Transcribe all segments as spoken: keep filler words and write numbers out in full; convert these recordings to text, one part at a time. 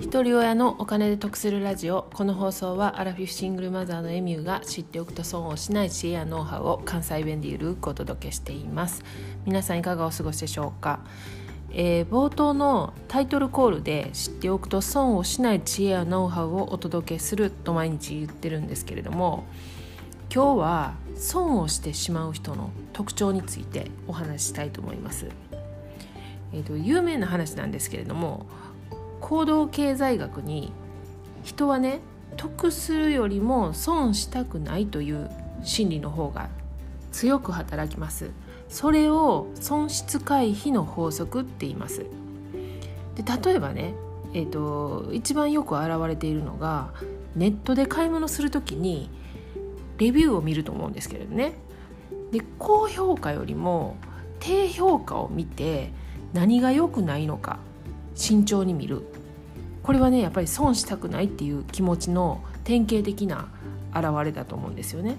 一人親のお金で得するラジオ。この放送はアラフィフシングルマザーのエミューが知っておくと損をしない知恵やノウハウを関西弁でゆるくお届けしています。皆さんいかがお過ごしでしょうか。えー、冒頭のタイトルコールで知っておくと損をしない知恵やノウハウをお届けすると毎日言ってるんですけれども、今日は損をしてしまう人の特徴についてお話ししたいと思います。えーと、有名な話なんですけれども、行動経済学に人はね、得するよりも損したくないという心理の方が強く働きます。それを損失回避の法則って言います。で、例えばね、えーと、一番よく現れているのが、ネットで買い物するときにレビューを見ると思うんですけれどね。で、高評価よりも低評価を見て何が良くないのか慎重に見る。これはね、やっぱり損したくないっていう気持ちの典型的な現れだと思うんですよね。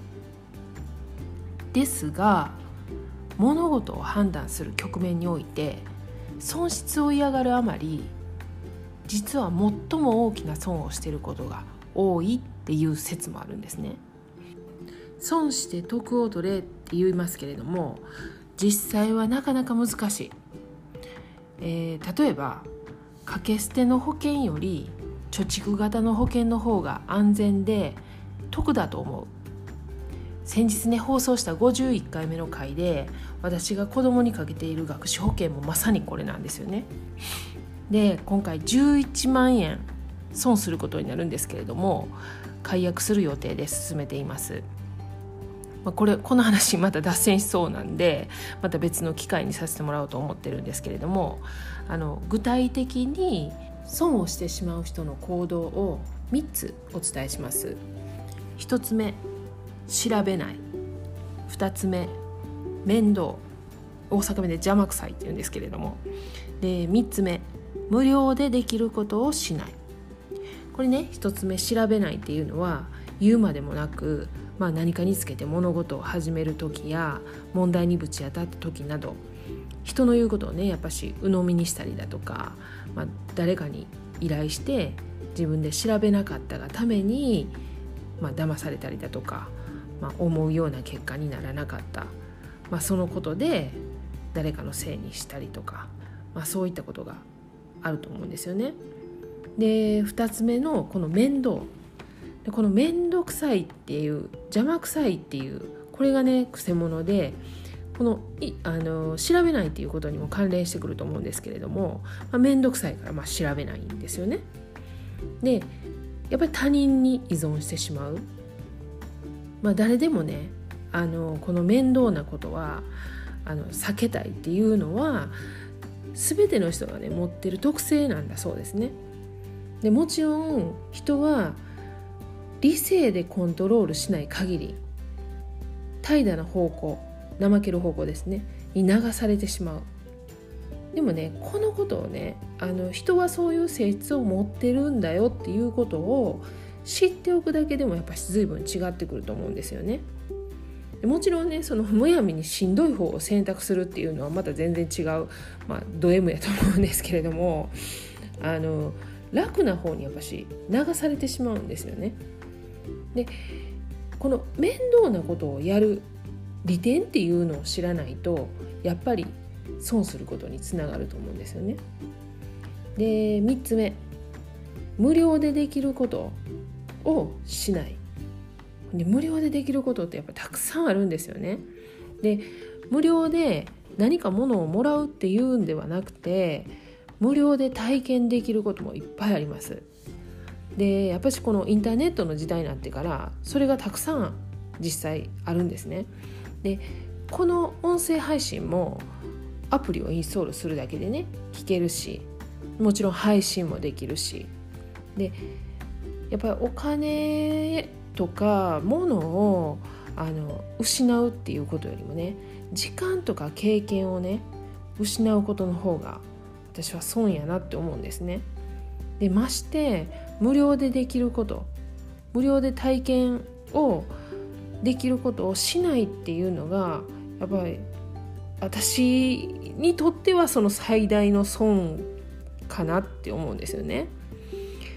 ですが、物事を判断する局面において損失を嫌がるあまり、実は最も大きな損をしていることが多いっていう説もあるんですね。損して得を取れって言いますけれども、実際はなかなか難しい。えー、例えば掛け捨ての保険より貯蓄型の保険の方が安全で得だと思う。先日ね、放送したごじゅういっかいめの回で、私が子供にかけている学資保険もまさにこれなんですよね。で、今回じゅういちまんえん損することになるんですけれども、解約する予定で進めています。まあ、これこの話また脱線しそうなんで、また別の機会にさせてもらおうと思ってるんですけれども、あの具体的に損をしてしまう人の行動をみっつお伝えします。ひとつめ、調べない。ふたつめ、面倒。大阪弁で邪魔くさいって言うんですけれども。で、みっつめ、無料でできることをしない。これね、ひとつめ、調べないっていうのは言うまでもなく、まあ、何かにつけて物事を始める時や問題にぶち当たった時など、人の言うことをね、やっぱし鵜呑みにしたりだとか、まあ、誰かに依頼して自分で調べなかったがために、まあ、騙されたりだとか、まあ、思うような結果にならなかった、まあ、そのことで誰かのせいにしたりとか、まあ、そういったことがあると思うんですよね。で、ふたつめのこの面倒。で、この面倒くさいっていう、邪魔くさいっていう、これがね、くせ者で、このいあの調べないっていうことにも関連してくると思うんですけれども、まあ、面倒くさいからまあ調べないんですよね。で、やっぱり他人に依存してしまう。まあ、誰でもね、あのこの面倒なことはあの避けたいっていうのは、全ての人がね持ってる特性なんだそうですね。で、もちろん人は理性でコントロールしない限り、怠惰な方向、怠ける方向ですねに流されてしまう。でもね、このことをね、あの人はそういう性質を持ってるんだよっていうことを知っておくだけでも、やっぱり随分違ってくると思うんですよね。もちろんね、そのむやみにしんどい方を選択するっていうのはまた全然違う、まあ、ド M やと思うんですけれども、あの楽な方にやっぱし流されてしまうんですよね。で、この面倒なことをやる利点っていうのを知らないと、やっぱり損することにつながると思うんですよね。で、みっつめ、無料でできることをしない。で、無料でできることってやっぱたくさんあるんですよね。で、無料で何か物をもらうっていうんではなくて、無料で体験できることもいっぱいあります。で、やっぱりこのインターネットの時代になってから、それがたくさん実際あるんですね。で、この音声配信もアプリをインストールするだけでね、聞けるし、もちろん配信もできるし、で、やっぱりお金とか物をあの失うっていうことよりもね、時間とか経験をね失うことの方が私は損やなって思うんですね。で、まして無料でできること、無料で体験をできることをしないっていうのが、やっぱり私にとってはその最大の損かなって思うんですよね。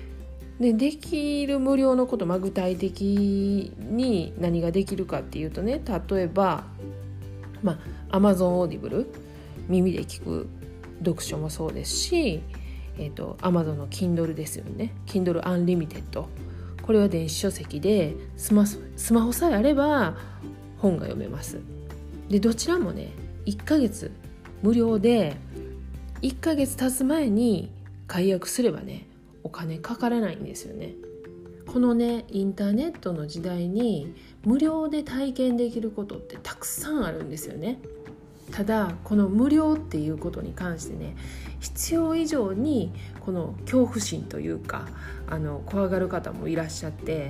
でできる無料のこと、まあ、具体的に何ができるかっていうとね、例えば、まあ、Amazon Audible 耳で聞く読書もそうですし、えーと、Amazon の Kindle ですよね。 Kindle Unlimited、 これは電子書籍でスマ、スマホさえあれば本が読めます。でどちらもねいっかげつ無料で、いっかげつ経つ前に解約すればねお金かからないんですよね。このねインターネットの時代に無料で体験できることってたくさんあるんですよね。ただこの無料っていうことに関してね、必要以上にこの恐怖心というか、あの怖がる方もいらっしゃって、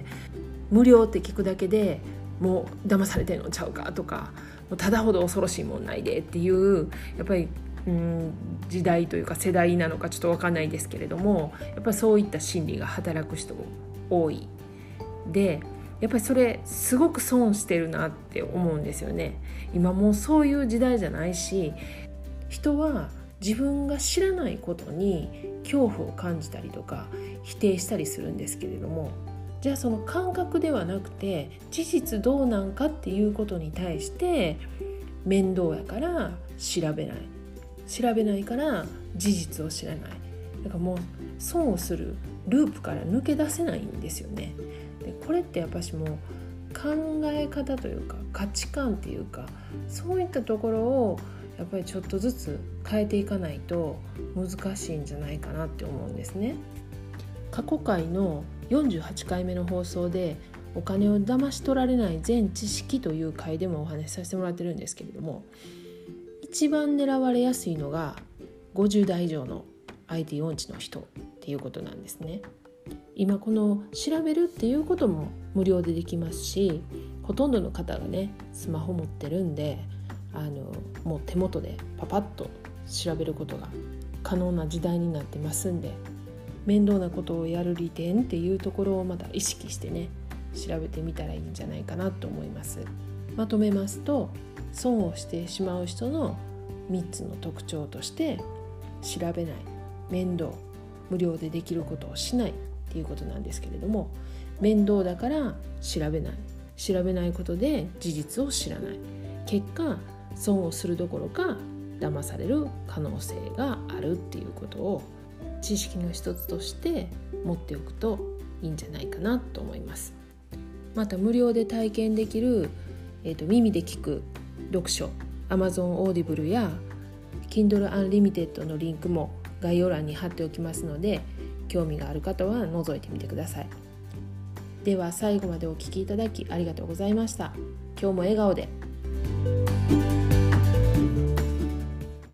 無料って聞くだけでもう騙されてんのちゃうかとか、もうただほど恐ろしいもんないでっていう、やっぱりうん時代というか世代なのかちょっと分かんないですけれども、やっぱりそういった心理が働く人多い。でやっぱりそれすごく損してるなって思うんですよね。今もうそういう時代じゃないし、人は自分が知らないことに恐怖を感じたりとか否定したりするんですけれども、じゃあその感覚ではなくて事実どうなんかっていうことに対して面倒やから調べない、調べないから事実を知らない、だからもう損をするループから抜け出せないんですよね。でこれってやっぱしもう考え方というか価値観っていうか、そういったところをやっぱりちょっとずつ変えていかないと難しいんじゃないかなって思うんですね。過去回のよんじゅうはちかいめの放送でお金を騙し取られない全知識という回でもお話しさせてもらってるんですけれども、一番狙われやすいのがごじゅうだい以上の アイティー 音痴の人っていうことなんですね。今この調べるっていうことも無料でできますし、ほとんどの方がねスマホ持ってるんで、あのもう手元でパパッと調べることが可能な時代になってますんで、面倒なことをやる利点っていうところをまた意識してね調べてみたらいいんじゃないかなと思います。まとめますと、損をしてしまう人のみっつの特徴として、調べない、面倒、無料でできることをしないっていうことなんですけれども、面倒だから調べない、調べないことで事実を知らない、結果損をするどころか騙される可能性があるっていうことを知識の一つとして持っておくといいんじゃないかなと思います。また無料で体験できる、えーと、耳で聞く読書 Amazon Audible や Kindle Unlimited のリンクも概要欄に貼っておきますので、興味がある方は覗いてみてください。では最後までお聞きいただきありがとうございました。今日も笑顔で